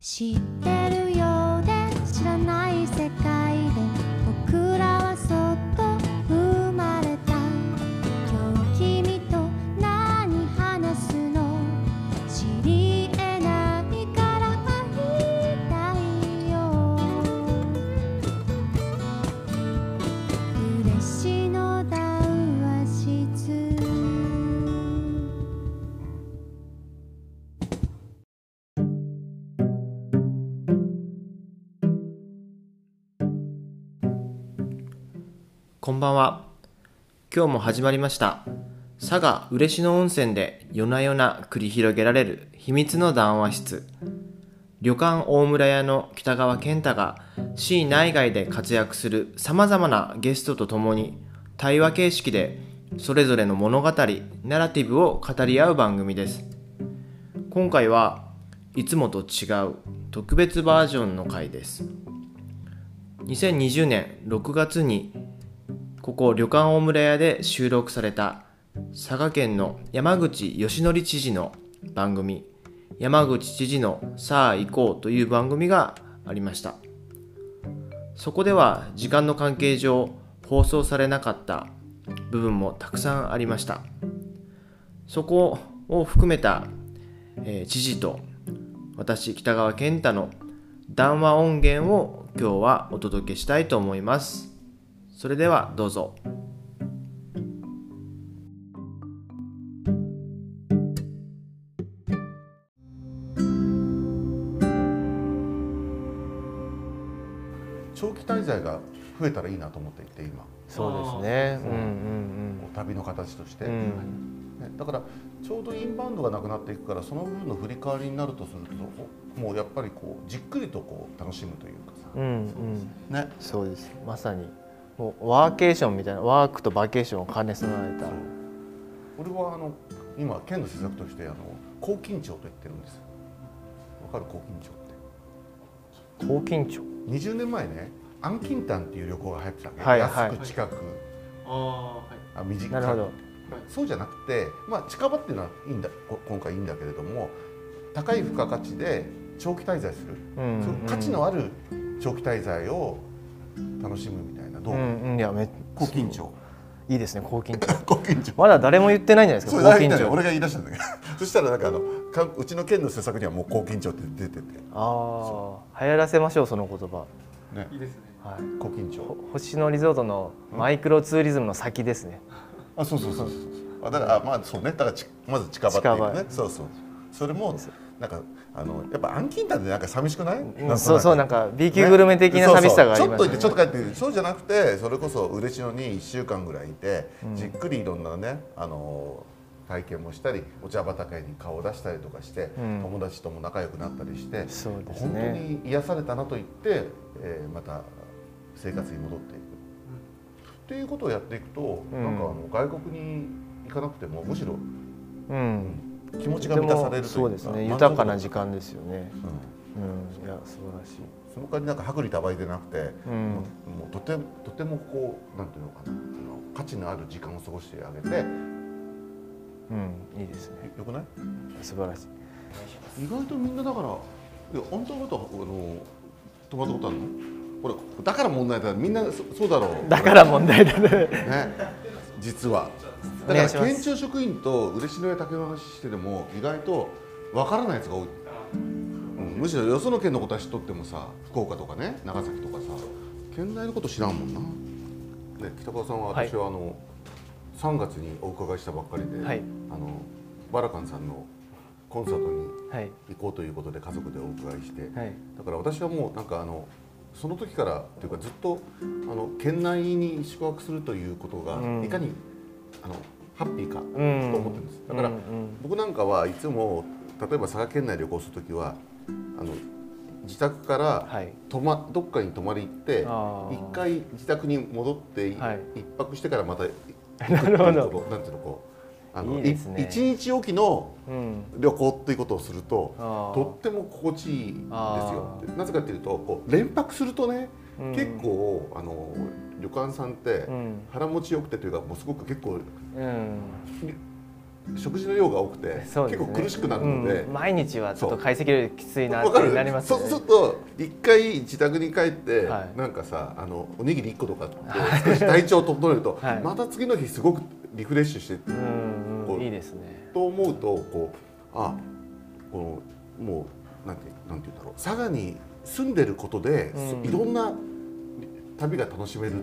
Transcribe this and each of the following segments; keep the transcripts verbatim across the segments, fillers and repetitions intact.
知ってるようで知らない世界で僕らはそっと生まれた。今日君と何話すの？知り得ないから会いたいよ。嬉しの談話室。 こんばんは。今日も始まりました佐賀嬉野温泉で夜な夜な繰り広げられる秘密の談話室。旅館大村屋の北川健太が市内外で活躍するさまざまなゲストとともに対話形式でそれぞれの物語、ナラティブを語り合う番組です。今回はいつもと違う特別バージョンの回です。にせんにじゅうねんろくがつにここ旅館大村屋で収録された佐賀県の山口義則知事の番組、山口知事のさあ行こうという番組がありました。そこでは時間の関係上放送されなかった部分もたくさんありました。そこを含めた、えー、知事と私北川健太の談話音源を今日はお届けしたいと思います。それではどうぞ。 長期滞在が増えたらいいなと思っていて今。 そうですね。うんうんうん。 旅の形として、 うん、 ね、だからちょうどインバウンドがなくなっていくからその部分の振り替わりになるとするともうやっぱりこうじっくりとこう楽しむというかさ。 うんうんね。 そうです。まさにもうワーケーションみたいな、ワークとバケーションを兼ね備えた。 俺はあの今県の施策としてあの高緊張と言ってるんです。わかる高緊張って。 高緊張。 にじゅうねんまえね、安近短っていう旅行が流行ってたわけ、 はいはい、 安く近く、 あ、はい、 あ短く。 なるほど。 そうじゃなくて、まあ近場っていうのはいいんだ、今回いいんだけれども、高い付加価値で長期滞在する、うんうん、その価値のある長期滞在を楽しむみたいな。どう？ うんうん、いやめ高緊張。 いいですね、高緊張。 高緊張。 まだ誰も言ってないんじゃないですか。高緊張。 俺が言い出したんだけど、そしたらなんかあのうちの県の施策にはもう高緊張って出てて。 ああ、流行らせましょうその言葉。 ね、 いいですね。 はい。 高緊張。 星野リゾートのマイクロツーリズムの先ですね。 あ、そうそうそうそう。あ、だからあまあそうね。だからちまず近場っていうね。そうそう。それもなんかあのやっぱ安近短でなんか寂しくない？ うん、そうそうなんか B 級グルメ的な寂しさがありますね。 ちょっと行ってちょっと帰って、そうじゃなくてそれこそ嬉野にいっしゅうかんぐらいいて、うん、じっくりいろんなねあの体験もしたりお茶畑に顔を出したりとかして、うん、友達とも仲良くなったりして、そうですね、本当に癒されたなと言って、えー、また生活に戻っていく、うん、っていうことをやっていくと、うん、なんかあの外国に行かなくてもむしろ、うんうん、気持ちが満たされるというか、 そうですね、豊かな時間ですよね。うん、うん、いや素晴らしい。 その代わりなんか薄利多売でなくて、うん、もうとてとてもこうなんていうのかな、あの価値のある時間を過ごしてあげて、 うん、いいですね。 よくない？ 素晴らしい。 意外とみんなだから、いやあんた方あの泊まったことあるの？これだから問題だ。みんな そ, そうだろう。 だから問題だね。ね、 実は。だから県庁職員と嬉野や竹の話してても意外とわからないやつが多い。うん、むしろよその県のことは知っとってもさ、福岡とかね、長崎とかさ、県内のこと知らんもんな。ね、北川さんは私はあの、はい、さんがつにお伺いしたばっかりで、はい、あのバラカンさんのコンサートに行こうということで家族でお伺いして、はい、だから私はもうなんかあのその時からというかずっとあの県内に宿泊するということがいかに、うん、あのハッピーかと思ってるんです。だから僕なんかはいつも例えば佐賀県内旅行する時はあの自宅からと、ま、どっかに泊まり行って一回自宅に戻って一、はい、泊してからまた行くっていうこと、なんていうのこうあのいいですね、一日おきの旅行っていうことをすると、うん、とっても心地いいですよ。なぜかというとこう連泊するとね、うん、結構あの旅館さんって腹持ちよくてというかもうすごく結構、うん、 食事の量が多くて、ね、結構苦しくなるので、 うん、毎日はちょっと解析よりきついなってなりますよね。 そうすると一回自宅に帰って、はい、なんかさあのおにぎりいっことかって少し体調を整えると、はい、また次の日すごくリフレッシュして、 うんうん、いいですね。 と思うとこうあこのもうなんてなんて言うんだろう、佐賀に住んでることで、うん、いろんな旅が楽しめるって、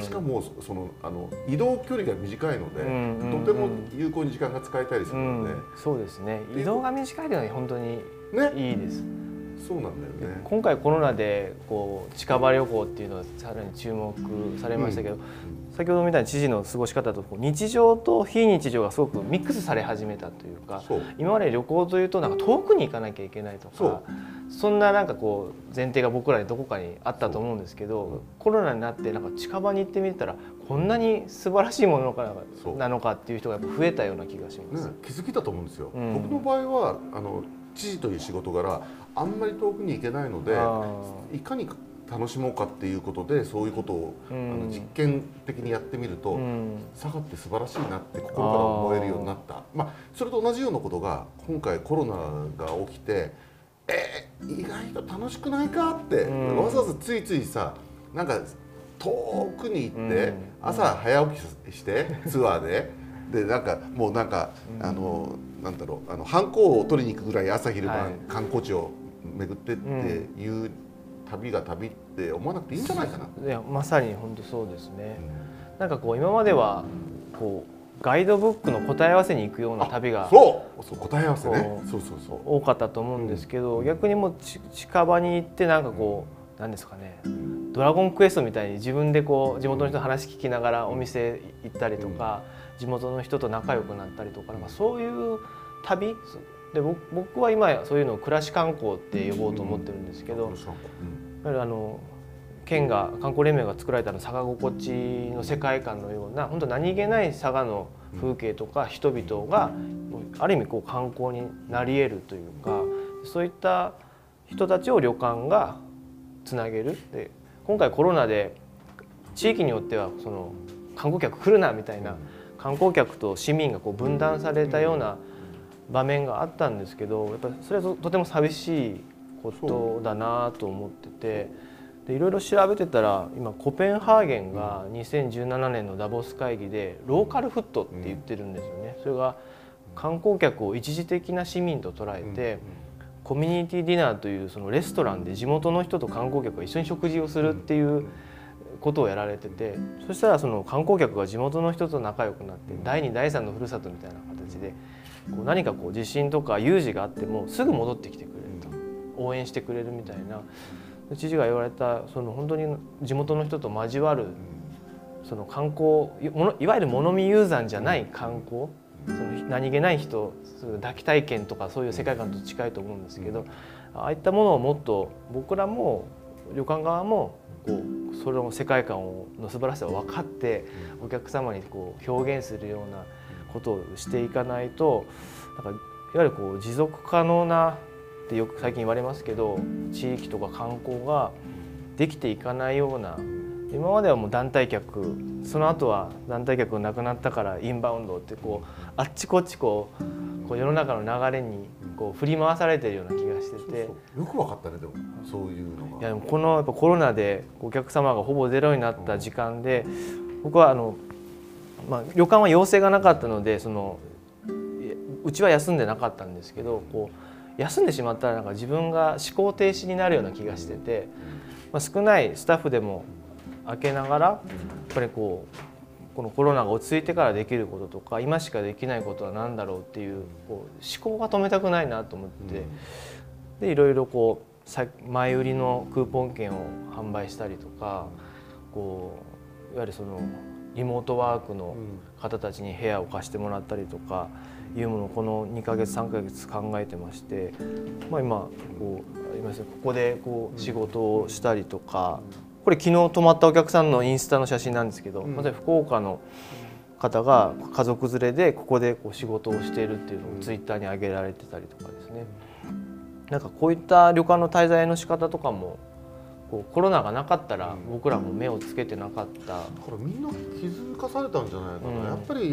しかもそのあの移動距離が短いので、うんうんうん、とても有効に時間が使えたりするので、うん、 そうですね。移動が短いのは本当にいいです。ね、 そうなんだよね。 今回コロナでこう近場旅行っていうのはさらに注目されましたけど、うん、先ほどみたいに知事の過ごし方とこう日常と非日常がすごくミックスされ始めたというか、今まで旅行というとなんか遠くに行かなきゃいけないとか。そんななんかこう前提が僕らにどこかにあったと思うんですけど、コロナになってなんか近場に行ってみたらこんなに素晴らしいものなのかっていう人がやっぱ増えたような気がします、 ね、気づきだと思うんですよ、うん、僕の場合はあの知事という仕事柄あんまり遠くに行けないので、いかに楽しもうかっていうことでそういうことを、うん、あの実験的にやってみると、うん、佐賀って素晴らしいなって心から思えるようになった。まあ、それと同じようなことが今回コロナが起きてえー、意外と楽しくないかって、うん、わざわざついついさなんか遠くに行って、うん、朝早起きしてツアーででなんかもうなんか、うん、あのなんだろうあのハンコを取りに行くぐらい朝昼晩、はい、観光地を巡ってっていう旅が旅って思わなくていいんじゃないかな。 いやまさに本当そうですね、うん、なんかこう今まではこうガイドブックの答え合わせに行くような旅がそうそう答え合わせねそうそうそう多かったと思うんですけど、うん、逆にもう近場に行ってなんかこう何ですかね、ドラゴンクエストみたいに自分でこう地元の人の話聞きながらお店行ったりとか、うん、地元の人と仲良くなったりとか、なんかそういう旅で僕は今そういうのを暮らし観光って呼ぼうと思ってるんですけど、やはりあの県が観光連盟が作られたの佐賀心地の世界観のような本当何気ない佐賀の風景とか人々がある意味こう観光になり得るというか、そういった人たちを旅館がつなげる。で今回コロナで地域によってはその観光客来るなみたいな観光客と市民がこう分断されたような場面があったんですけど、やっぱそれはとても寂しいことだなと思ってて。いろいろ調べてたら今コペンハーゲンがにせんじゅうななねんのダボス会議でローカルフットって言ってるんですよね。それが観光客を一時的な市民と捉えてコミュニティディナーというそのレストランで地元の人と観光客が一緒に食事をするっていうことをやられてて、そしたらその観光客が地元の人と仲良くなってだいにだいさんのふるさとみたいな形でこう何かこう地震とか有事があってもすぐ戻ってきてくれると、応援してくれるみたいな。知事が言われたその本当に地元の人と交わるその観光、いわゆる物見遊山じゃない観光、その何気ない人抱き体験とかそういう世界観と近いと思うんですけど、ああいったものをもっと僕らも旅館側もこうそれの世界観の素晴らしさを分かってお客様にこう表現するようなことをしていかないと、なんかいわゆるこう持続可能なってよく最近言われますけど、地域とか観光ができていかないような、今まではもう団体客、その後は団体客がなくなったからインバウンドってこうあっちこっちこう、こう世の中の流れにこう振り回されてるような気がしてて、そうそうよく分かったね。でもそういうのがいやでもこのやっぱコロナでお客様がほぼゼロになった時間で、僕はあの、まあ、旅館は要請がなかったのでそのうちは休んでなかったんですけど、こう休んでしまったらなんか自分が思考停止になるような気がしてて、まあ、少ないスタッフでも開けながらやっぱりこうこのコロナが落ち着いてからできることとか今しかできないことは何だろうっていうこう思考が止めたくないなと思ってでいろいろこう前売りのクーポン券を販売したりとかこういわゆるそのリモートワークの方たちに部屋を貸してもらったりとかいうものをこのにかげつさんかげつ考えてまして、まあ、今こうありますここでこう仕事をしたりとか、これ昨日泊まったお客さんのインスタの写真なんですけど、まさに福岡の方が家族連れでここでこう仕事をしているっていうのをツイッターに上げられてたりとかですね、なんかこういった旅館の滞在の仕方とかもこうコロナがなかったら僕らも目をつけてなかった、 だからみんな気づかされたんじゃないかな、うん、やっぱり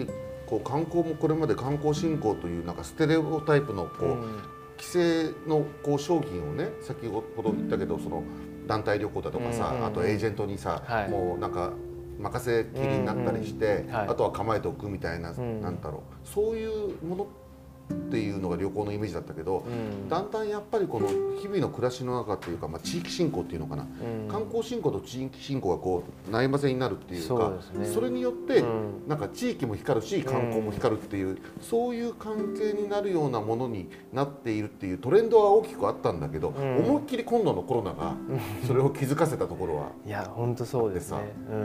こう観光もこれまで観光振興というなんかステレオタイプのこう、うん、規制のこう商品をね、先ほど言ったけどその団体旅行だとかさ、うんうんうん、あとエージェントにさ、はい、もうなんか任せきりになったりして、うんうんはい、あとは構えておくみたいな、うん、なんだろう、そういうものっていうのが旅行のイメージだったけど、うん、だんだんやっぱりこの日々の暮らしの中っていうか、まあ、地域振興っていうのかな、うん、観光振興と地域振興がこうないまぜになるっていうか、 そうですね、それによって、うん、なんか地域も光るし観光も光るっていう、うん、そういう関係になるようなものになっているっていうトレンドは大きくあったんだけど、うん、思いっきり今度のコロナがそれを気づかせたところは、 いや本当そうですね、うんうん、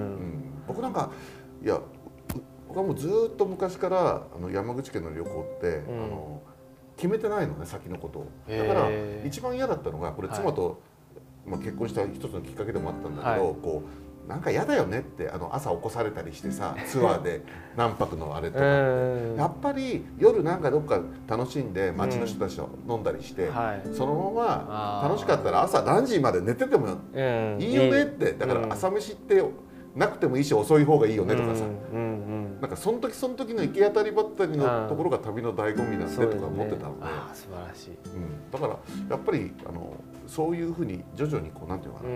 僕なんかいや僕はもうずっと昔からあの山口県の旅行って、うん、あの決めてないのね、先のことを。だから一番嫌だったのがこれ妻と、はい、まあ、結婚した一つのきっかけでもあったんだけど、はい、こうなんか嫌だよねって、あの朝起こされたりしてさ、ツアーで何泊のあれとかってやっぱり夜なんかどっか楽しんで街の人たちと飲んだりして、うんはい、そのまま楽しかったら朝何時まで寝ててもいいよねって、だから朝飯ってなくてもいいし遅い方がいいよねとかさ、うんうんうん、なんかその時その時の行き当たりばったりのところが旅の醍醐味なんでとか思ってたので、 ああ素晴らしい、 うん、だからやっぱりあのそういうふうに徐々にこうなんていうのかな、うん、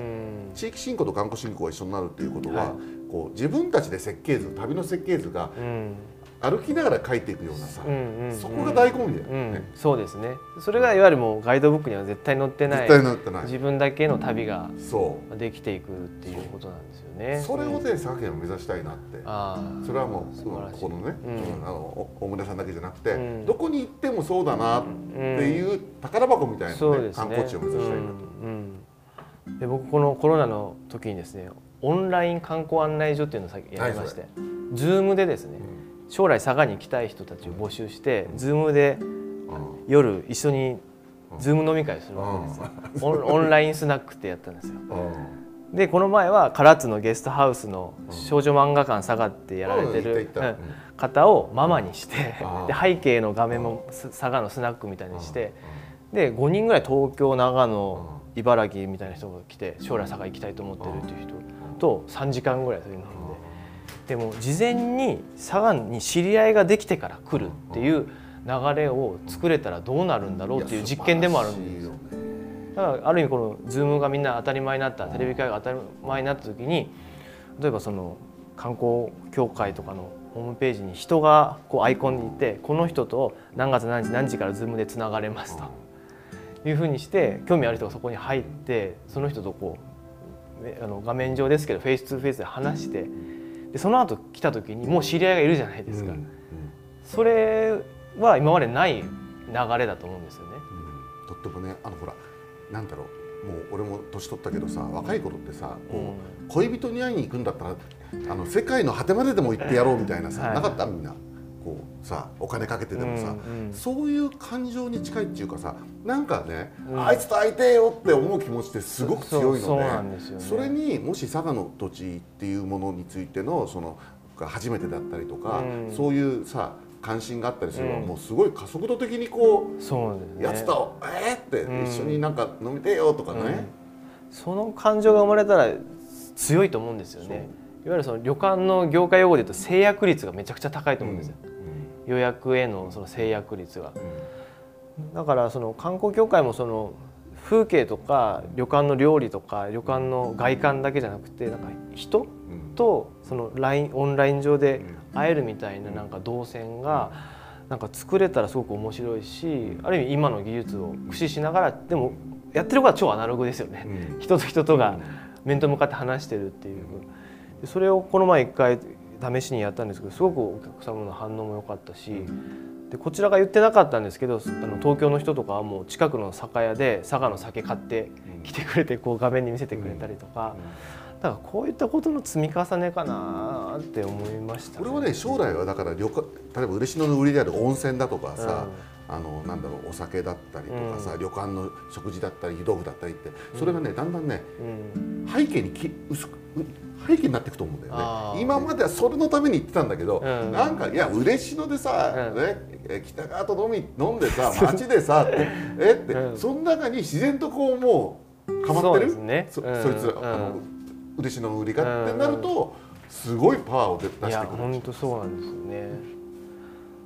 地域振興と観光振興が一緒になるっていうことは、はい、こう自分たちで設計図、旅の設計図が、うん歩きながら書いていくようなさ、うんうんうん、そこが醍醐味だよね、 うん、そうですね。それがいわゆるもうガイドブックには絶対載ってない、 絶対載ってない自分だけの旅ができていくっていうことなんですよね。 それをね、佐賀県を目指したいなって。あそれはもうここのね、うん、あの大村さんだけじゃなくて、うん、どこに行ってもそうだなっていう宝箱みたいな、ねうんね、観光地を目指したいなと、うんうん、で僕このコロナの時にですね、オンライン観光案内所っていうのをやりまして、Zoom でですね、うん将来佐賀に行きたい人たちを募集して、ズームで夜一緒にズーム飲み会をするわけですよ。オンラインスナックってやったんですよ。でこの前は唐津のゲストハウスの少女漫画館佐賀ってやられてる方をママにして、で背景の画面も佐賀のスナックみたいにして、でごにんぐらい東京長野茨城みたいな人が来て、将来佐賀行きたいと思ってるっていう人とさんじかんぐらいそういうので。でも事前に佐賀に知り合いができてから来るっていう流れを作れたらどうなるんだろうっていう実験でもあるんですよ。だからある意味この Zoom がみんな当たり前になった、テレビ会が当たり前になった時に、例えばその観光協会とかのホームページに人がこうアイコンにいて、この人と何月何時何時から Zoom でつながれますというふうにして、興味ある人がそこに入ってその人とこうあの画面上ですけどフェイス2フェイスで話して、でその後来た時にもう知り合いがいるじゃないですか、うんうん、それは今までない流れだと思うんですよね、 うん、とってもね、あのほらなんだろう、もう俺も年取ったけどさ、若い頃ってさ、こう、うん、恋人に会いに行くんだったらあの世界の果てまででも行ってやろうみたいなさ、はい、なかったみんなこうさ、お金かけてでもさ、うんうん、そういう感情に近いっていうかさ、なんかね、うん、あいつと会いてえよって思う気持ちってすごく強いので、それにもし佐賀の土地っていうものについてのその初めてだったりとか、うん、そういうさ関心があったりするのは、もうすごい加速度的にこう、そうですね、やつとえーって一緒になんか飲みてえよとかね、うんうん、 その感情が生まれたら強いと思うんですよね。いわゆるその旅館の業界用語で言うと制約率がめちゃくちゃ高いと思うんですよ、うん、予約へのその制約率が、うん、だからその観光協会もその風景とか旅館の料理とか旅館の外観だけじゃなくて、なんか人とそのラインオンライン上で会えるみたいななんか動線がなんか作れたらすごく面白いし、ある意味今の技術を駆使しながら、でもやってることは超アナログですよね、うん、人と人とが面と向かって話してるっていう、それをこの前一回試しにやったんですけど、すごくお客様の反応も良かったし、でこちらが言ってなかったんですけど、あの東京の人とかはもう近くの酒屋で佐賀の酒買ってきてくれて、こう画面に見せてくれたりとか、だからこういったことの積み重ねかなって思いました、ね。 これはね、将来はだから旅館、例えば嬉野の売りである温泉だとかさ、うん、あのなんだろう、お酒だったりとかさ、うん、旅館の食事だったり湯豆腐だったりって、それがね、だんだんね、うん、背景にき薄く背景になっていくと思うんだよね。今まではそれのために行ってたんだけど、うん、なんかいや嬉野でさ、うん、ね、北川と飲み飲んでさ街でさってえって、うん、その中に自然とこうもうかまってる、 そ, ね、そ, そいつ、うん、あの嬉野の売りがってなると、すごいパワーを出してくる。いや本当そうなんですよね。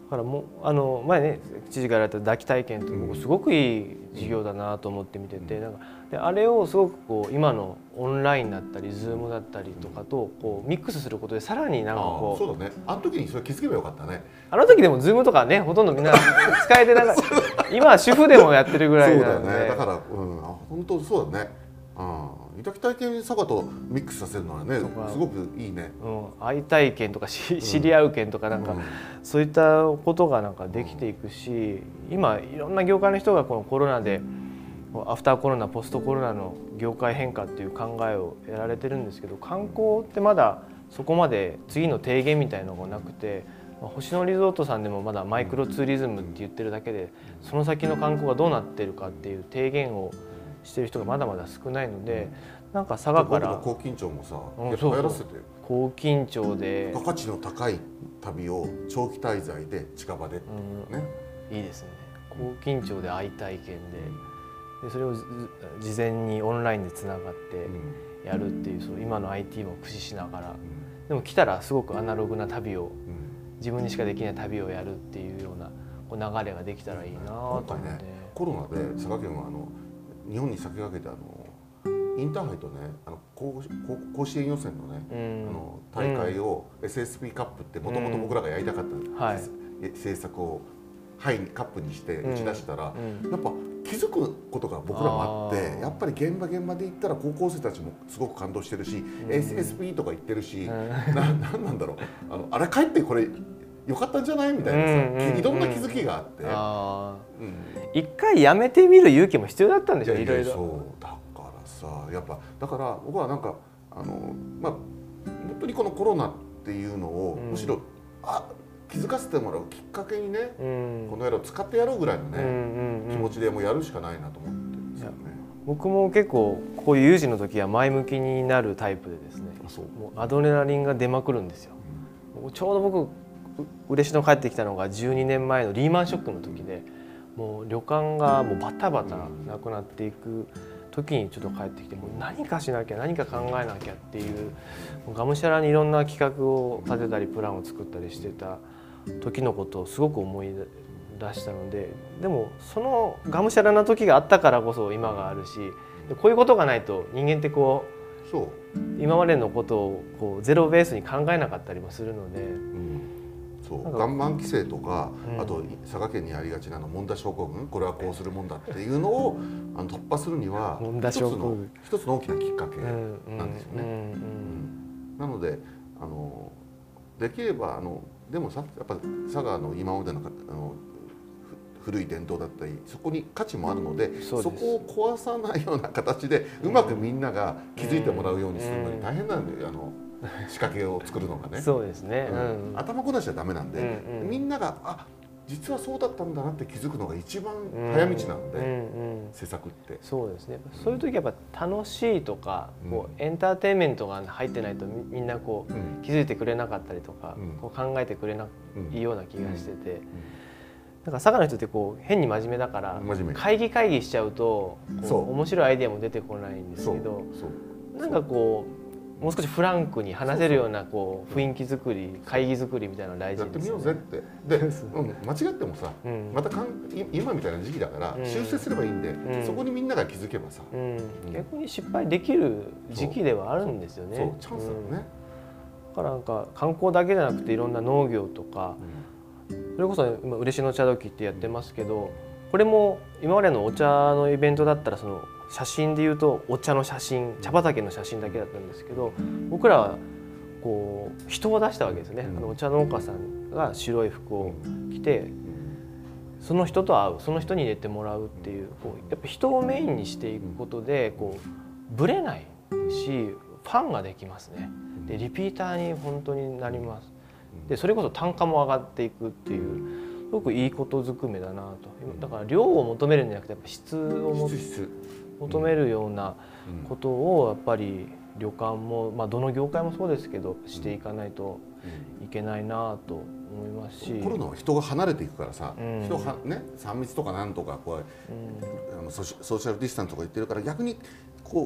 からもうあの前ね知事がやられた抱き体験って僕すごくいい授業だなと思って見てて、なんかであれをすごくこう今のオンラインだったり Zoom だったりとかとこうミックスすることでさらになんかこう、 そうだね、あの時にそれ気づけばよかったね。 あの時でも Zoom とかねほとんどみんな使えてなかった今は主婦でもやってるぐらいなんで、 そうだよね、だから、うん、あ本当そうだね、うん、抱き体験佐賀とミックスさせるのはねすごくいいね、 うん、愛体験とかし知り合う験とかなんか、うん、そういったことがなんかできていくし、今いろんな業界の人がこのコロナでアフターコロナポストコロナの業界変化っていう考えをやられてるんですけど、観光ってまだそこまで次の提言みたいなのがなくて、星野リゾートさんでもまだマイクロツーリズムって言ってるだけでその先の観光がどうなってるかっていう提言をしてる人がまだまだ少ないので、なんか佐賀から高緊張もさ、やっぱやらせて高緊張で価値の高い旅を長期滞在で近場で、ね、 うん、いいですね。高緊張で愛体験で、でそれを事前にオンラインでつながってやるっていう、その今の アイティー も駆使しながら、でも来たらすごくアナログな旅を、自分にしかできない旅をやるっていうようなこう流れができたらいいなと思って。今回ね、 コロナで佐賀県はあの日本に先駆けてあのインターハイとね、あの甲甲子園予選のね、うん、あの大会を エスエスピー カップってもともと僕らがやりたかった、うんはい、政策をハイにカップにして打ち出したら、うん、やっぱ気づくことが僕らもあって、やっぱり現場現場で行ったら高校生たちもすごく感動してるし、うん、エスエスピー とか言ってるし、うん、ななんなんだろう、あのあれ帰ってこれよかったんじゃないみたいなさ、うんうんうん、いろんな気づきがあって、あ、 うん、一回やめてみる勇気も必要だったんでしょ。いろいろそうだからさ、やっぱだから僕はなんかあのまあ本当にこのコロナっていうのを、うん、むしろあ気づかせてもらうきっかけにね、うん、この野郎使ってやろうぐらいのね、うんうんうん、気持ちでもうやるしかないなと思ってるんですよね。 僕も結構こういう有事の時は前向きになるタイプでですね、もうアドレナリンが出まくるんですよ、うん、ちょうど僕嬉野帰ってきたのがじゅうにねんまえのリーマンショックの時で、もう旅館がもうバタバタなくなっていく時にちょっと帰ってきて、もう何かしなきゃ何か考えなきゃっていう、がむしゃらにいろんな企画を立てたりプランを作ったりしてた時のことをすごく思い出したので、でもそのがむしゃらな時があったからこそ今があるし、こういうことがないと人間ってこう、そう今までのことをこうゼロベースに考えなかったりもするので、うん、 そう岩盤規制とか、うん、あと佐賀県にありがちなのモンダ症候群、これはこうするもんだっていうのをあの突破するには一つの一つの大きなきっかけなんですよね。なのであのできればあのでもさ、やっぱ佐賀の今までのあの古い伝統だったりそこに価値もあるの で, そ, そこを壊さないような形でうまくみんなが気づいてもらうようにするのに大変なんで、あの仕掛けを作るのがね。そうですね、うん、頭こなしちゃダメなんで、うんうん、みんながあ実はそうだったんだなって気づくのが一番早道なんで、うんうん、施策って。そうですね、そういう時やっぱ楽しいとか、うん、こうエンターテインメントが入ってないとみんなこう、うん、気づいてくれなかったりとか、うん、こう考えてくれないような気がしてて、うんうん、なんか佐賀の人ってこう変に真面目だから会議会議しちゃうとこう面白いアイデアも出てこないんですけど、なんかこうもう少しフランクに話せるようなこう雰囲気作り、会議作りみたいなの大事ですね。やってみようぜってで、うん、間違ってもさ、うん、またかん今みたいな時期だから修正すればいいんで、うん、そこにみんなが気づけばさ、うん、逆に失敗できる時期ではあるんですよね。そう、チャンスだよね、うん、だからなんか観光だけじゃなくていろんな農業とか、うん、それこそ今嬉野茶時ってやってますけど、これも今までのお茶のイベントだったらその写真でいうとお茶の写真、茶畑の写真だけだったんですけど、僕らはこう人を出したわけですね、うん、あのお茶農家さんが白い服を着てその人と会う、その人に入れてもらうっていう、こうやっぱ人をメインにしていくことでこうブレないしファンができますね。でリピーターに本当になります。でそれこそ単価も上がっていくっていうすごくいいことずくめだなと。だから量を求めるんじゃなくてやっぱ質をも求めるようなことをやっぱり旅館も、まあ、どの業界もそうですけどしていかないといけないなと思いますし、コロナは人が離れていくからさ、うん、人はねさん密とかなんとかこう、うん、あのソーシャルディスタンスとか言ってるから逆にこう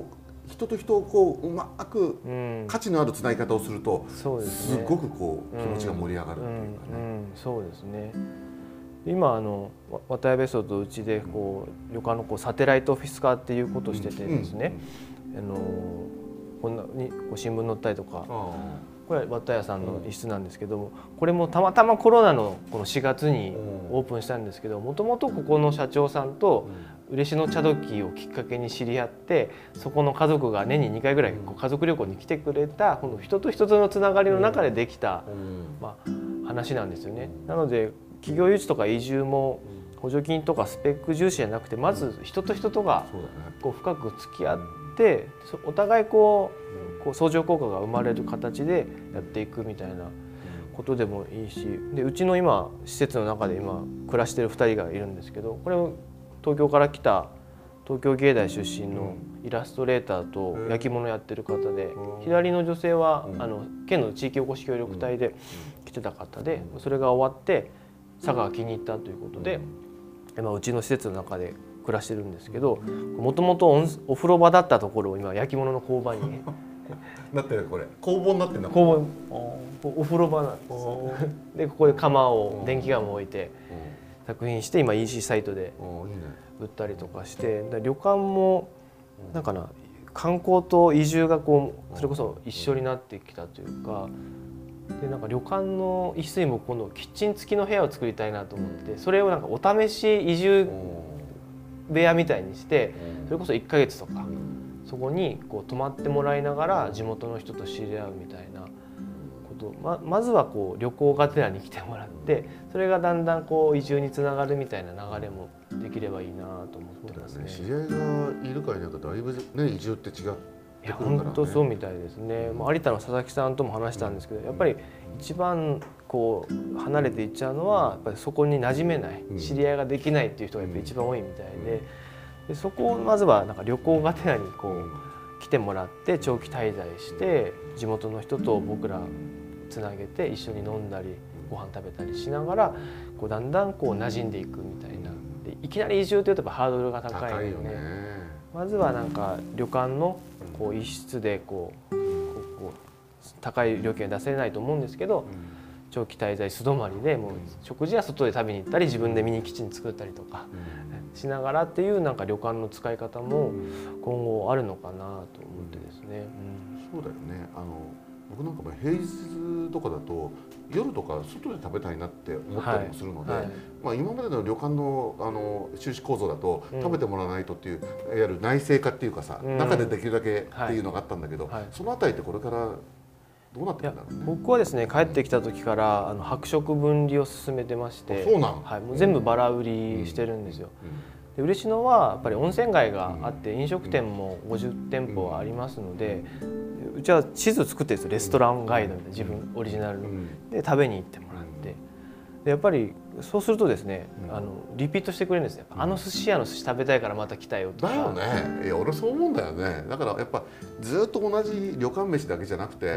人と人をこううまく価値のあるつなぎ方をすると、 そうですね、 すごくこう気持ちが盛り上がるっていうかね。 うんうんうん、そうですね。今あの渡辺別荘とうちでこう旅館のこうサテライトオフィス化っていうことをしててですね、あのこんなにこう新聞載ったりとか、これは綿屋さんの一室なんですけども、これもたまたまコロナのこのしがつにオープンしたんですけど、もともとここの社長さんと嬉野茶時をきっかけに知り合って、そこの家族が年ににかいぐらいこう家族旅行に来てくれた、この人と人とのつながりの中でできた、まあ、話なんですよね。なので企業誘致とか移住も補助金とかスペック重視じゃなくて、まず人と人とがこう深く付き合ってお互いこうこう相乗効果が生まれる形でやっていくみたいなことでもいいし、でうちの今施設の中で今暮らしてるふたりがいるんですけど、これ東京から来た東京芸大出身のイラストレーターと焼き物やってる方で、左の女性はあの県の地域おこし協力隊で来てた方で、それが終わって佐賀が気に入ったということで、今うちの施設の中で暮らしてるんですけど、もともとお風呂場だったところを今焼き物の工場になってる。これ工房になってるんだ。 工房、お風呂場なんですでここで窯を電気窯を置いて作品して、今 イーシー サイトで売ったりとかして、旅館もなんかな、観光と移住がこうそれこそ一緒になってきたというか、でなんか旅館の一室にも今度キッチン付きの部屋を作りたいなと思って、それをなんかお試し移住部屋みたいにして、それこそいっかげつとかそこにこう泊まってもらいながら地元の人と知り合うみたいなことを ま, まずはこう旅行がてらに来てもらって、それがだんだんこう移住につながるみたいな流れもできればいいなと思ってますね。 知り合いがいるかいないかだいぶね、移住って違っていや本当そうみたいですね。もう有田の佐々木さんとも話したんですけど、やっぱり一番こう離れていっちゃうのはやっぱりそこに馴染めない、知り合いができないっていう人がやっぱり一番多いみたいで、でそこをまずはなんか旅行がてらにこう来てもらって長期滞在して、地元の人と僕らつなげて一緒に飲んだりご飯食べたりしながら、こうだんだんこう馴染んでいくみたいな。でいきなり移住というとやっぱハードルが高いので、ね、まずはなんか旅館のこう一室でこう、こうこう高い料金は出せないと思うんですけど、長期滞在素泊まりでもう食事は外で食べに行ったり、自分でミニキッチン作ったりとかしながらっていうなんか旅館の使い方も今後あるのかなと思ってですね。 うん、そうだよね。あの僕なんかも平日とかだと夜とか外で食べたいなって思ったりもするので、はいはい、まあ、今までの旅館のあの収支構造だと、うん、食べてもらわないとっていういわゆる内製化っていうかさ、うん、中でできるだけっていうのがあったんだけど、はい、そのあたりってこれからどうなってくるんだろうね。 僕はですね、帰ってきた時からあの白色分離を進めてまして、 そうなの、 はい、もう全部バラ売りしてるんですよ。うんうんで嬉野はやっぱり温泉街があって飲食店もごじゅってんぽありますので、うちは地図作ってるんですよ。レストランガイドみたいな自分オリジナルので食べに行ってもらって、でやっぱりそうするとですね、あのリピートしてくれるんですね。あの寿司屋の寿司食べたいからまた来たよとか。 だよね。いや俺そう思うんだよね。だからやっぱずっと同じ旅館飯だけじゃなくて、うん、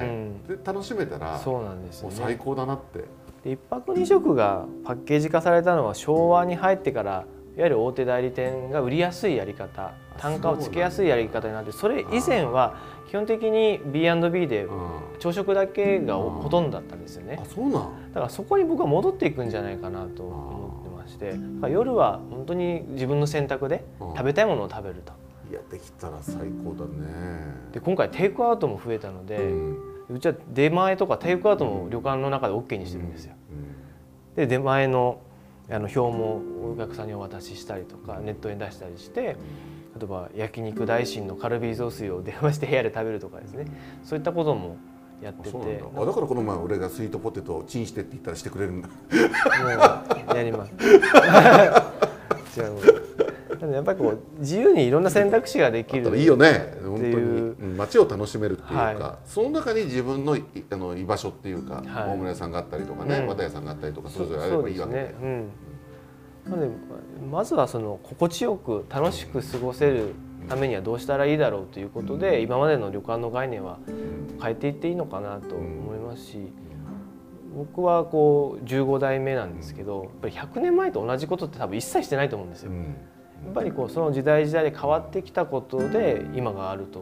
で楽しめたらそうなんですよ、ね、もう最高だなって。 で一泊二食がパッケージ化されたのは昭和に入ってから、いわゆる大手代理店が売りやすいやり方、単価をつけやすいやり方になって、それ以前は基本的に ビーアンドビー で朝食だけがほとんどだったんですよね。 あ、そうなん。だからそこに僕は戻っていくんじゃないかなと思ってまして、夜は本当に自分の選択で食べたいものを食べると。 いやできたら最高だね。 で今回テイクアウトも増えたので、うん、うちは出前とかテイクアウトも旅館の中で オーケー にしてるんですよ。うんうん、で出前のあの表もお客さんにお渡ししたりとかネットに出したりして、例えば焼肉大新のカルビー雑炊を電話して部屋で食べるとかですね、そういったこともやってて。 あ、だからこの前俺がスイートポテトをチンしてって言ったらしてくれるんだ。もうやります。違う。やっぱりこう自由にいろんな選択肢ができる。 いいよね。本当に街を楽しめるっていうか、はい、その中に自分のあの居場所っていうか、はい、大村屋さんがあったりとかね、綿屋さんがあったりとか、それぞれあればいいわけで。 なのでまずはその心地よく楽しく過ごせるためにはどうしたらいいだろうということで、今までの旅館の概念は変えていっていいのかなと思いますし、僕はこうじゅうごだいめなんですけど、やっぱりひゃくねんまえと同じことって多分一切してないと思うんですよ。やっぱりこうその時代時代で変わってきたことで今があると思うの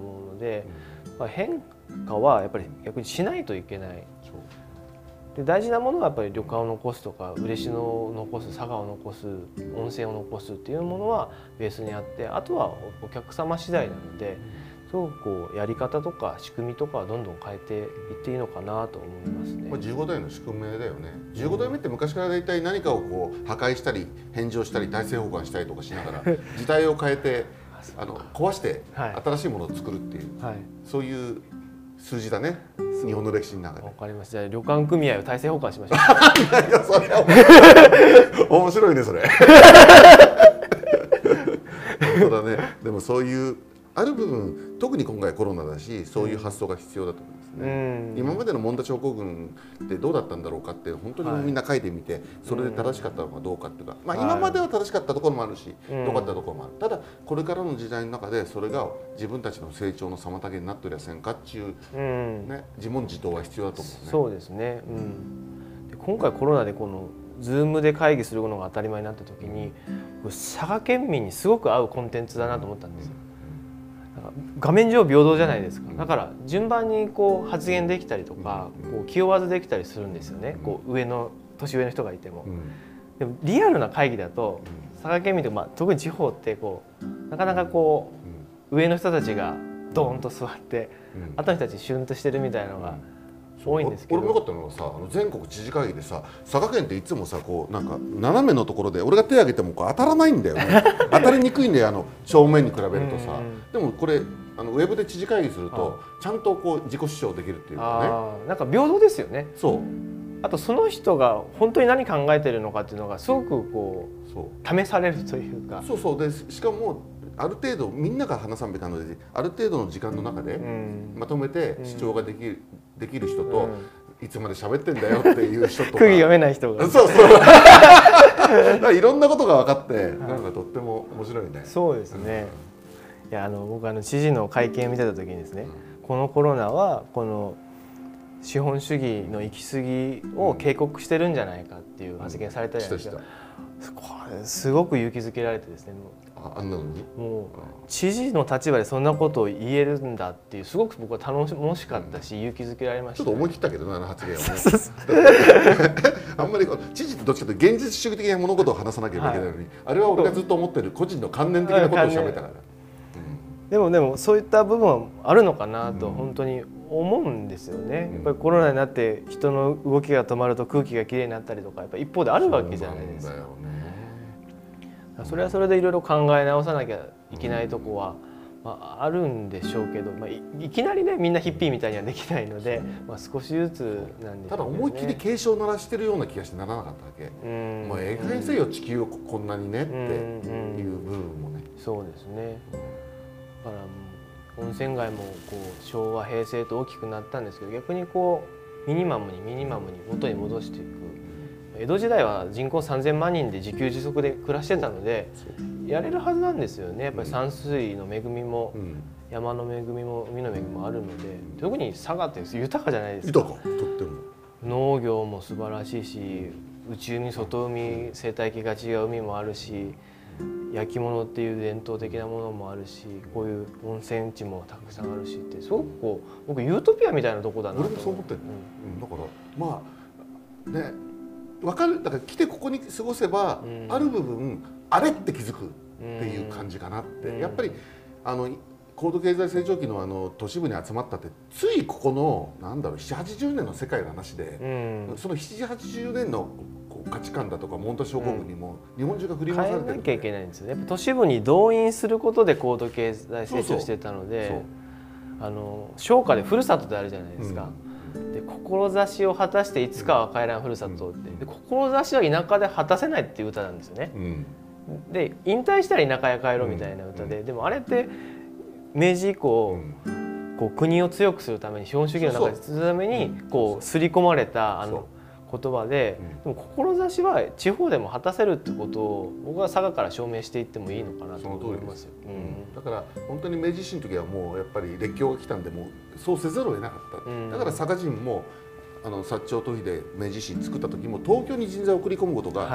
で、まあ、変化はやっぱり逆にしないといけない。で大事なものはやっぱり旅館を残すとか嬉野を残す、佐賀を残す、温泉を残すっていうものはベースにあって、あとはお客様次第なので、すごくこうやり方とか仕組みとかはどんどん変えていっていいのかなと思いますね。 これじゅうご代の宿命だよね。じゅうご代目って昔から大体何かをこう破壊したり返上したり体制保管したりとかしながら時代を変えてあの壊して新しいものを作るっていう、はい、そういう数字だね。日本の歴史の中で。わかりました。じゃあ旅館組合を体制保管しましょう。 いやそれは面白いねそれ。本当だね。でもそういうある部分、特に今回コロナだし、そういう発想が必要だと思いますね。うん、今までのモンダ症候群ってどうだったんだろうかって本当にみんな書いてみて、はい、それで正しかったのかどうかっていうか、まあ、今までは正しかったところもあるし、はい、どうかったところもある。ただこれからの時代の中でそれが自分たちの成長の妨げになっておりませんかっていう、うんね、自問自答は必要だと思うね。 そうですね、うん、で今回コロナでこのZoom で会議するのが当たり前になった時に、佐賀県民にすごく合うコンテンツだなと思ったんですよ。画面上平等じゃないですか。だから順番にこう発言できたりとか、こう気負わずできたりするんですよね。こう上の年上の人がいても。でもリアルな会議だと佐賀県民とか、まあ、特に地方ってこうなかなかこう上の人たちがドーンと座って後の人たちシュンとしてるみたいなのが多いんですけど、 俺もよかったのはさ、あの全国知事会議でさ、佐賀県っていつもさこうなんか斜めのところで俺が手を挙げてもこう当たらないんだよね。当たりにくいんだよ、あの正面に比べるとさ。でもこれあのウェブで知事会議するとちゃんとこう自己主張できるっていうかね。なんか平等ですよね。 そう。 あとその人が本当に何考えてるのかっていうのがすごくこう試されるというか。 そうそう。でしかもある程度みんなが話さんべかんのである程度の時間の中でまとめて主張ができる、うん、できる人と、うん、いつまで喋ってんだよっていう人とか空気読めない人がそうそういろんなことが分かってなんかとっても面白いね。 そうですね、うん、いやあの僕あの知事の会見を見てた時にですね、うん、このコロナはこの資本主義の行き過ぎを警告してるんじゃないかっていう発言されたじゃないですか、うん、これすごく勇気づけられてですね、 あんなのにもう知事の立場でそんなことを言えるんだっていうすごく僕は頼もしかったし、うん、勇気づけられました、 ね、ちょっと思い切ったけどなあの発言はねあんまり知事ってどっちかというと現実主義的な物事を話さなきゃいけないのに、はい、あれは俺がずっと思ってる個人の観念的なことを喋ったから、 うん、でもでもそういった部分はあるのかなと本当に思うんですよね、うん、やっぱりコロナになって人の動きが止まると空気がきれいになったりとかやっぱ一方であるわけじゃないですか。そうなんだよね。それはそれでいろいろ考え直さなきゃいけないとこは、まあ、あるんでしょうけど、まあ、い, いきなりねみんなヒッピーみたいにはできないので、まあ、少しずつなんですよね。 ただ思いっきり警鐘を鳴らしてるような気がしてならなかっただけ。うんもうええ加減せよ地球をこんなにねっていう部分もね。 そうですね。だから温泉街もこう昭和平成と大きくなったんですけど逆にこうミニマムにミニマムに元に戻していく。江戸時代は人口さんぜんまんにんで自給自足で暮らしてたのでやれるはずなんですよね。やっぱり山水の恵みも山の恵みも海の恵みもあるので特に佐賀って豊かじゃないですか。 豊かとっても農業も素晴らしいし内海外海生態系が違う海もあるし焼き物っていう伝統的なものもあるしこういう温泉地もたくさんあるしってすごくこう僕ユートピアみたいなとこだなと。 俺もそう思ってる、うん、だからまあね分かるだから来てここに過ごせば、うん、ある部分あれって気づくっていう感じかなって、うん、やっぱりあの高度経済成長期のあの都市部に集まったってついここのなんだろうななじゅうはちじゅうねんの世界の話で、うん、そのななじゅうはちじゅうねんの価値観だとかモンタ症候群にも日本中が振り回されてる、 変えなきゃいけないんですよね。やっぱ都市部に動員することで高度経済成長してたのであの商家でふるさとってあるじゃないですか、うん、で志を果たしていつかは帰らんふるさとって、うん、で志は田舎で果たせないっていう歌なんですよね、うん、で引退したら田舎へ帰ろうみたいな歌で、うん、でもあれって明治以降、うん、こう国を強くするために資本主義の中で続くためにこう刷り込まれたあの言葉で、でも志は地方でも果たせるってことを僕は佐賀から証明していってもいいのかなと思いますよ。 だから本当に明治維新の時はもうやっぱり列強が来たんでもうそうせざるを得なかった、うん、だから佐賀人もあの薩長都比で明治維新作った時も東京に人材を送り込むことが、はい、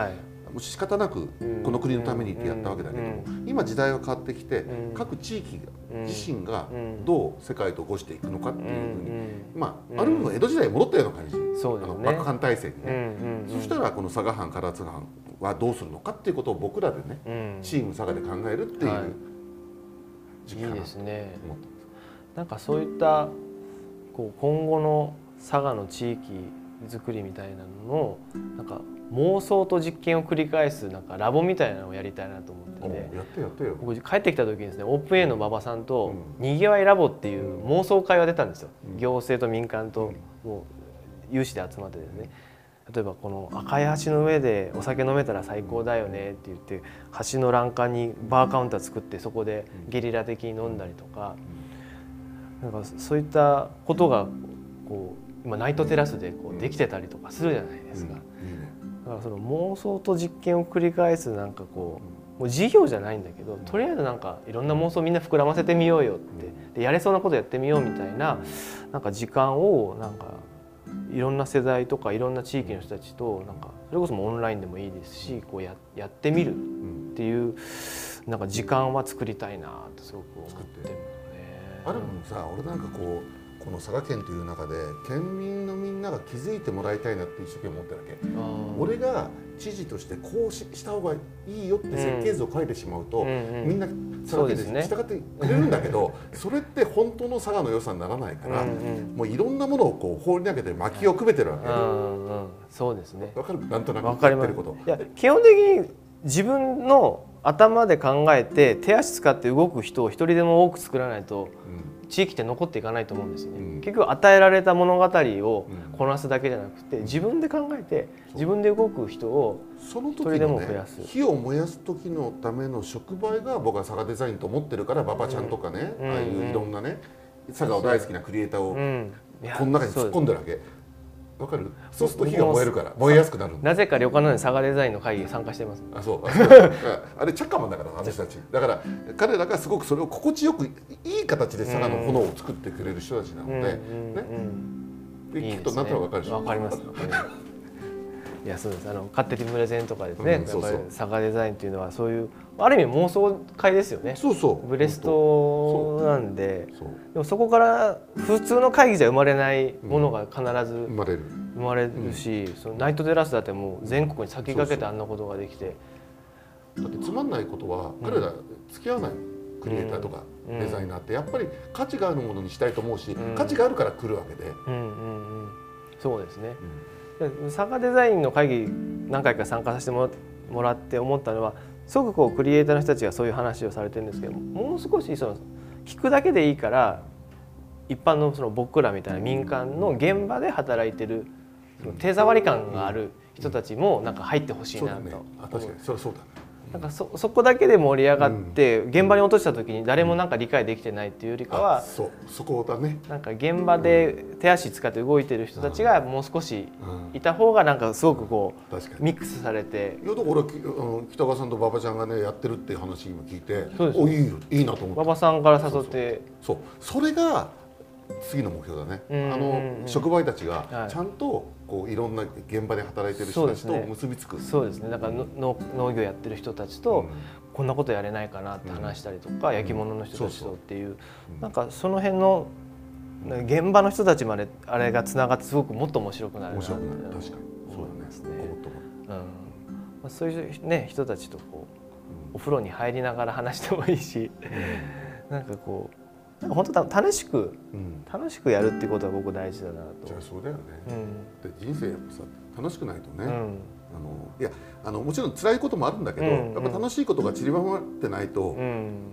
もう仕方なくこの国のためにってやったわけだけども、今時代は変わってきて、各地域自身がどう世界と起こしていくのかっていうふうに、まあある部分江戸時代に戻ったような感じ、あの幕藩体制にね。そしたらこの佐賀藩唐津藩はどうするのかっていうことを僕らでね、チーム佐賀で考えるっていう時期かなと思ったんです。 なんかそういったこう今後の佐賀の地域づくりみたいなののなんか妄想と実験を繰り返すなんかラボみたいなのをやりたいなと思ってて、 やってやってよ。 僕帰ってきた時にですね、オープン A の馬場さんとにぎわいラボっていう妄想会が出たんですよ。行政と民間ともう有志で集まってですね、例えばこの赤い橋の上でお酒飲めたら最高だよねって言って橋の欄干にバーカウンター作ってそこでゲリラ的に飲んだりとか、なんかそういったことがこう今ナイトテラスでこうできてたりとかするじゃないですか。だからその妄想と実験を繰り返すなんかこうもう事業じゃないんだけど、とりあえずなんかいろんな妄想みんな膨らませてみようよってでやれそうなことやってみようみたいななんか時間をなんかいろんな世代とかいろんな地域の人たちとなんかそれこそもオンラインでもいいですし、こう や, やってみるっていうなんか時間は作りたいなってすごく思ってるので、 あるもんさ、俺なんかこうこの佐賀県という中で県民のみんなが気づいてもらいたいなって一生懸命思ってるわけ。俺が知事としてこう し, した方がいいよって設計図を書いてしまうと、うん、みんな佐賀県で従ってくれるんだけど、そ, ね、それって本当の佐賀の良さにならないから、うんうん、もういろんなものをこう放り投げて薪をくべてるわけ。うんうん、 そうですね。 わかる？なんとなくやってること。いや基本的に自分の頭で考えて手足使って動く人を一人でも多く作らないと、うん、地域って残っていかないと思うんですよね。うん、結局与えられた物語をこなすだけじゃなくて、自分で考えて自分で動く人を一人でも増やす。 その時のね、火を燃やす時のための触媒が僕は佐賀デザインと思ってるから、馬場ちゃんとかね、うん、ああいういろんなね佐賀を大好きなクリエイターをこの中に突っ込んでるわけ。わかる？そうすると火が燃えるから燃えやすくなる。 なぜか旅館なのに佐賀デザインの会議に参加してます。 あ、そう。あれチャッカマンだから私たち。だから彼らがすごくそれを心地よくいい形で佐賀の炎を作ってくれる人たちなので、ね。で聞くとなんとなくわかるでしょ。 わかります。いやそうです。あの勝手にプレゼンとかですね。やっぱり佐賀デザインっていうのはそういうある意味妄想会ですよね。 そうそう。 ブレストなんで、でもそこから普通の会議じゃ生まれないものが必ず生まれる生まれるし、そのナイトテラスだってもう全国に先駆けてあんなことができて、 だってつまんないことは彼ら付き合わないクリエイターとかデザイナーってやっぱり価値があるものにしたいと思うし、価値があるから来るわけで。 そうですね。佐賀デザインの会議何回か参加させてもらって思ったのは、すごくこうクリエイターの人たちがそういう話をされてるんですけども、もう少しその聞くだけでいいから一般のその僕らみたいな民間の現場で働いてるその手触り感がある人たちもなんか入ってほしいなと。 そうだね。あ、確かにそれはそうだね。 なんか そ, そこだけで盛り上がって現場に落とした時に誰もなんか理解できてないっていうよりかは、 そうそこだね。 なんか現場で手足使って動いてる人たちがもう少しいた方がなんかすごくこうミックスされて。 いやだから俺北川さんと馬場ちゃんがねやってるっていう話今聞いて、おいいよいいなと思って。 馬場さんから誘って、 そうそれが次の目標だね。あの触媒たちがちゃんとこういろんな現場で働いてる人たちと結びつく。 そうですね。だからの農業やってる人たちとこんなことやれないかなって話したりとか、焼き物の人たちとっていうなんかその辺の現場の人たちまであれがつながってすごくもっと面白くなるな。 面白くなる。確かにそうですね。 うん。そういうね人たちとこうお風呂に入りながら話してもいいし、なんかこう。本当楽しく、うん、楽しくやるっていうことは僕大事だなと。 じゃあそうだよね。うん、で人生やっぱさ楽しくないとね、うん、あのいやあのもちろん辛いこともあるんだけど、うんうん、やっぱ楽しいことが散りばまってないと、うん、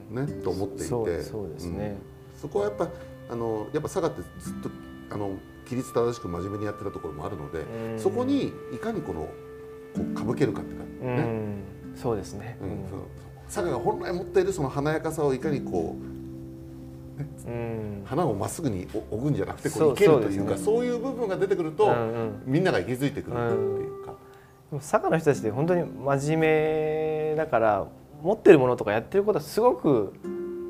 ねと思っていて、 そうですね。 うん、そこはやっぱあのやっぱ佐賀ってずっとあの規律正しく真面目にやってたところもあるので、うん、そこにいかにこのこうかぶけるかっていうかね、うん、 そうですね。 うん、佐賀が本来持っているその華やかさをいかにこうね、うん、花をまっすぐに置くんじゃなくてこう生けるというか、そういう部分が出てくると、うんうん、みんなが息づいてくるっていうか、 うん、佐賀の人たちって本当に真面目だから持ってるものとかやってることはすごく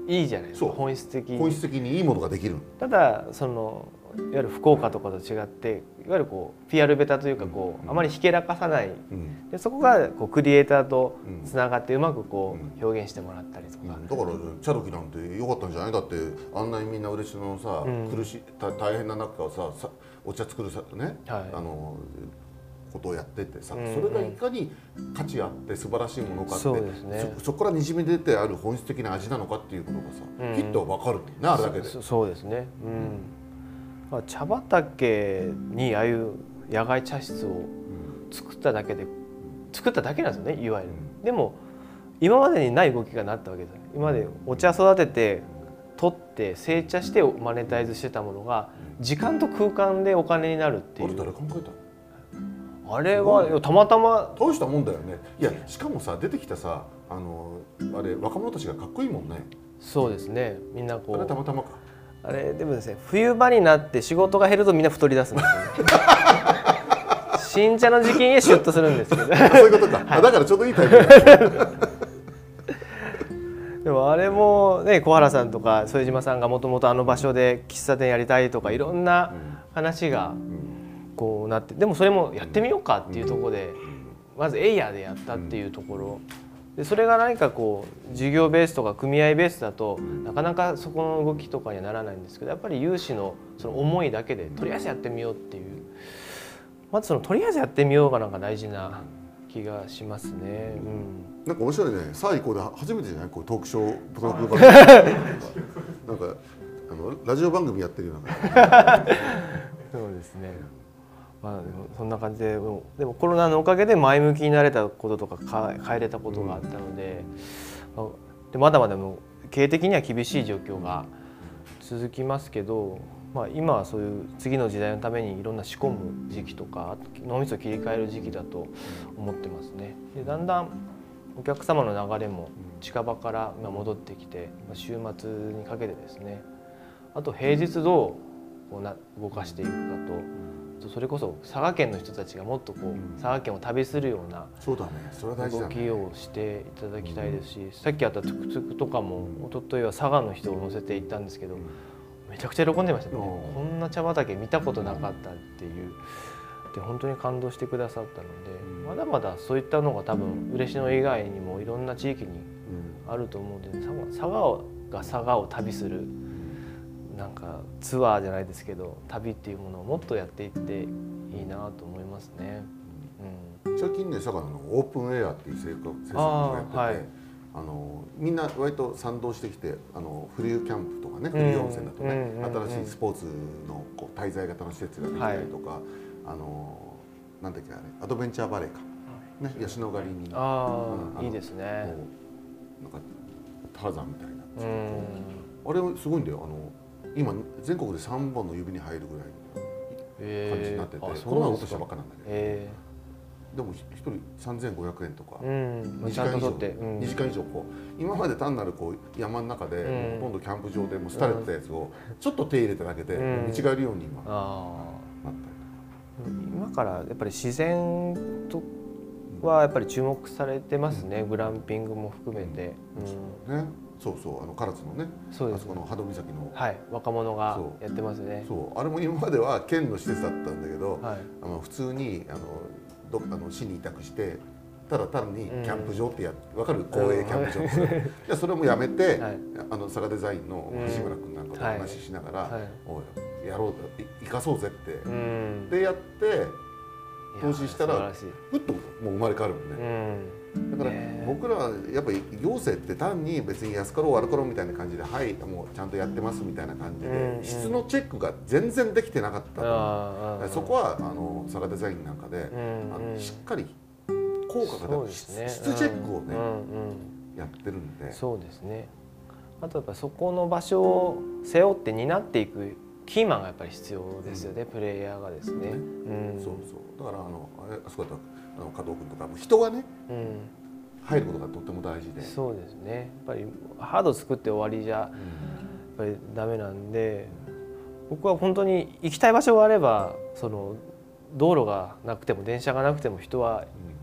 いいじゃないですか。 そう本質的に本質的にいいものができる。 ただそのいわゆる福岡とかと違っていわゆるこう ピーアール ベタというかこうあまりひけらかさない、 うん、 でそこがこうクリエイターとつながってうまくこう表現してもらったりとか、 うん、だからチャドキなんて良かったんじゃない？だってあんなにみんな嬉しのさ、うん、苦しい大変な中ささお茶作るさね、はい、あのことをやっててさ、うんうん、それがいかに価値あって素晴らしいものかって、そうですね、そ, そこからにじみ出てある本質的な味なのかっていうことがさ、うん、きっと分かるね、あれだけで。 そ, そうですね、うん、茶畑にああいう野外茶室を作っただけで、うん、作っただけなんですよね、いわゆる、うん、でも今までにない動きがなったわけです。今までお茶育てて取って製茶してマネタイズしてたものが時間と空間でお金になるっていう。 あれ誰考えたの？ あれはたまたま大したもんだよね。いやしかもさ出てきたさあのあれ若者たちがかっこいいもんね。 そうですね、みんなこうあれたまたまか。 あれでもですね、冬場になって仕事が減るとみんな太り出すんですよね新茶の時期にシュッとするんですけどそういうことか、はい、だからちょうどいいタイプだでもあれもね、小原さんとか副島さんがもともとあの場所で喫茶店やりたいとかいろんな話がこうなって、でもそれもやってみようかっていうところでまずエイヤーでやったっていうところで、それが何かこう事業ベースとか組合ベースだとなかなかそこの動きとかにはならないんですけど、やっぱり有志のその思いだけでとりあえずやってみようっていう、まずそのとりあえずやってみようがなんか大事な気がしますね。うん、 なんか面白いね。さあ行こうで初めてじゃない？こうトークショートーク番組なんかあのラジオ番組やってるようなそうですね。まあ、そんな感じで、でもコロナのおかげで前向きになれたこととか変えれたことがあったので、うん、でまだまだも経営的には厳しい状況が続きますけど、まあ、今はそういう次の時代のためにいろんな仕込む時期とか脳みそを切り替える時期だと思ってますね。でだんだんお客様の流れも近場から戻ってきて、週末にかけてですね、あと平日どう動かしていくかと、それこそ佐賀県の人たちがもっとこう佐賀県を旅するような動きをしていただきたいですし、さっきあったトゥクトゥクとかも一昨日は佐賀の人を乗せて行ったんですけど、めちゃくちゃ喜んでましたね。こんな茶畑見たことなかったっていうで、本当に感動してくださったので、まだまだそういったのが多分嬉野以外にもいろんな地域にあると思うので、佐賀が佐賀を旅するなんかツアーじゃないですけど旅っていうものをもっとやっていっていいなと思いますね。 うん、最近ね佐賀のオープンエアっていう政策をやってて、あ、はい、あのみんな割と賛同してきて、あのフリューキャンプとかね、フリュー温泉だとね、新しいスポーツのこう滞在型の施設ができたりとか、はい、あのなんだっけあれアドベンチャーバレーか、ね、ヤシの狩りに、 ああ、いいですね。 なんかターザンみたいな、あれすごいんだよ。あの今全国でさんぼんの指に入るぐらいの感じになってて、えー、この前オープンしたばっかなんだけど、えー、でもひとりさんぜんごひゃくえんとか、うん、にじかん以上、うん、にじかん以上こう今まで単なるこう山の中で、うん、ほとんどキャンプ場でもう廃れてたやつをちょっと手入れただけで、うん、見違えるように今、うん、なったり。 今からやっぱり自然とはやっぱり注目されてますね、うん、グランピングも含めて。 うん、ね、そうそう、あの唐津のね、そうですね、あそこの波戸岬の、 はい、若者がやってますね。 そう、あれも今までは県の施設だったんだけど、はい、あの普通にあのどあの市に委託してただ単にキャンプ場ってや分かる、公営キャンプ場って、うん、いやそれもやめて、はい、あの佐賀デザインの橋村君なんかとお話ししながら、はいはい、おいやろう生かそうぜって、うん、でやって投資したらふっともう生まれ変わるもんね。うん、だから僕らはやっぱり行政って単に別に安かろう悪かろうみたいな感じで、はいもうちゃんとやってますみたいな感じで、うん、質のチェックが全然できてなかったと、うん、そこはあの佐賀デザインなんかで、うん、あのしっかり効果が出る、ね、質チェックをね、うんうん、やってるんで。 そうですね。あとやっぱそこの場所を背負って担っていくキーマンがやっぱり必要ですよね、うん、プレイヤーがですね。うん、そうそう、だからあのあれあそこだとあの加藤君とかも人がね、うん、入ることがとっても大事で。 そうですね。やっぱりハード作って終わりじゃやっぱりダメなんで、僕は本当に行きたい場所があればその道路がなくても電車がなくても人は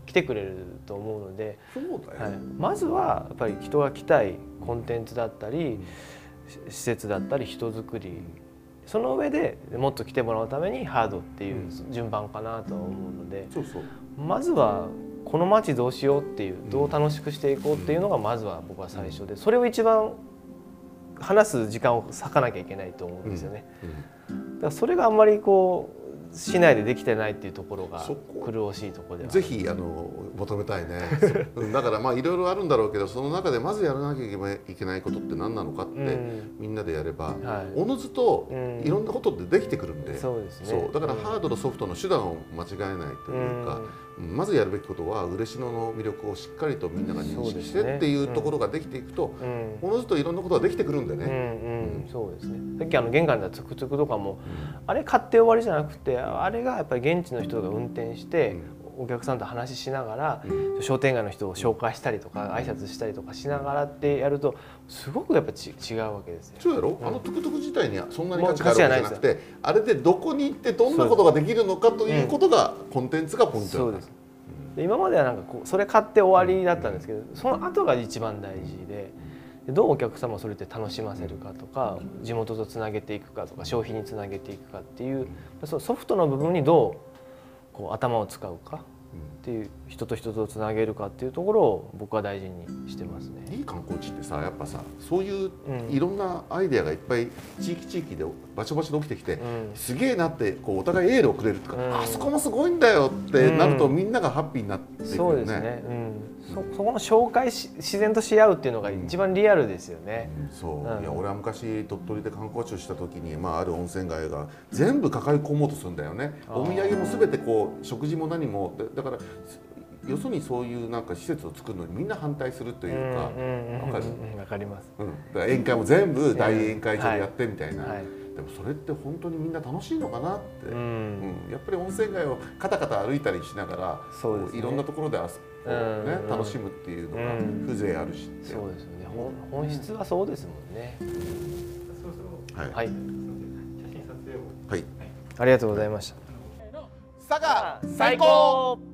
来てくれると思うので、 そうだよ、 はい、まずはやっぱり人が来たいコンテンツだったり施設だったり人づくり、その上でもっと来てもらうためにハードっていう順番かなとは思うので、 そうそう、 まずはこの街どうしようっていう、どう楽しくしていこうっていうのがまずは僕は最初で、それを一番話す時間を割かなきゃいけないと思うんですよね。だからそれがあんまりこう市内でできてないっていうところが苦しいところではぜひあの求めたいねだからまあいろいろあるんだろうけど、その中でまずやらなきゃいけないことって何なのかって、うん、みんなでやれば、はい、おのずといろんなことってできてくるんで、うん、そうですね、そうだからハードとソフトの手段を間違えないというか、うん、まずやるべきことは嬉野の魅力をしっかりとみんなが認識してっていうところができていくと、おのずといろんなことができてくるんでね。 そうですね。さっきあの玄関でトゥクトゥクとかも、うん、あれ買って終わりじゃなくて、あれがやっぱり現地の人が運転して、うん、お客さんと話ししながら、うん、商店街の人を紹介したりとか挨拶したりとかしながらってやるとすごくやっぱち違うわけですよ。 そうやろ、うん、あのトゥクトゥク自体にはそんなに価値があるわけじゃなくて、あれでどこに行ってどんなことができるのかということが、うん、コンテンツがポイントだ。そうです。で今まではなんかこうそれ買って終わりだったんですけど、その後が一番大事で。どうお客様をそれで楽しませるかとか、地元とつなげていくかとか、消費につなげていくかっていう、そのソフトの部分にどうこう頭を使うかっていう、人と人とつなげるかっていうところを僕は大事にしてますね。 いい観光地ってさ、やっぱさ、そういういろんなアイデアがいっぱい地域地域で場所場所で起きてきて、うん、すげえなってこうお互いエールをくれるとか、うん、あそこもすごいんだよってなると、みんながハッピーになっていくよね。そうですね。 うん、そ, そこの紹介し自然とし合うっていうのが一番リアルですよね。 うん、そう、うん、いや俺は昔鳥取で観光地をした時に、まあ、ある温泉街が全部抱え込もうとするんだよね。お土産も全てこう食事も何もだからよそにそういうなんか施設を作るのにみんな反対するというか、わかる？ わかります。 うん、だから宴会も全部大宴会場でやってみたいな。はいはい、でもそれって本当にみんな楽しいのかなって、うんうん、やっぱり温泉街をカタカタ歩いたりしながら、そうですね、いろんなところで遊ぶ、ね、楽しむっていうのが風情あるしって、 そうですよね。本質はそうですもんね。そろそろはい、はい、写真撮影を、はい、ありがとうございました。 佐賀最高。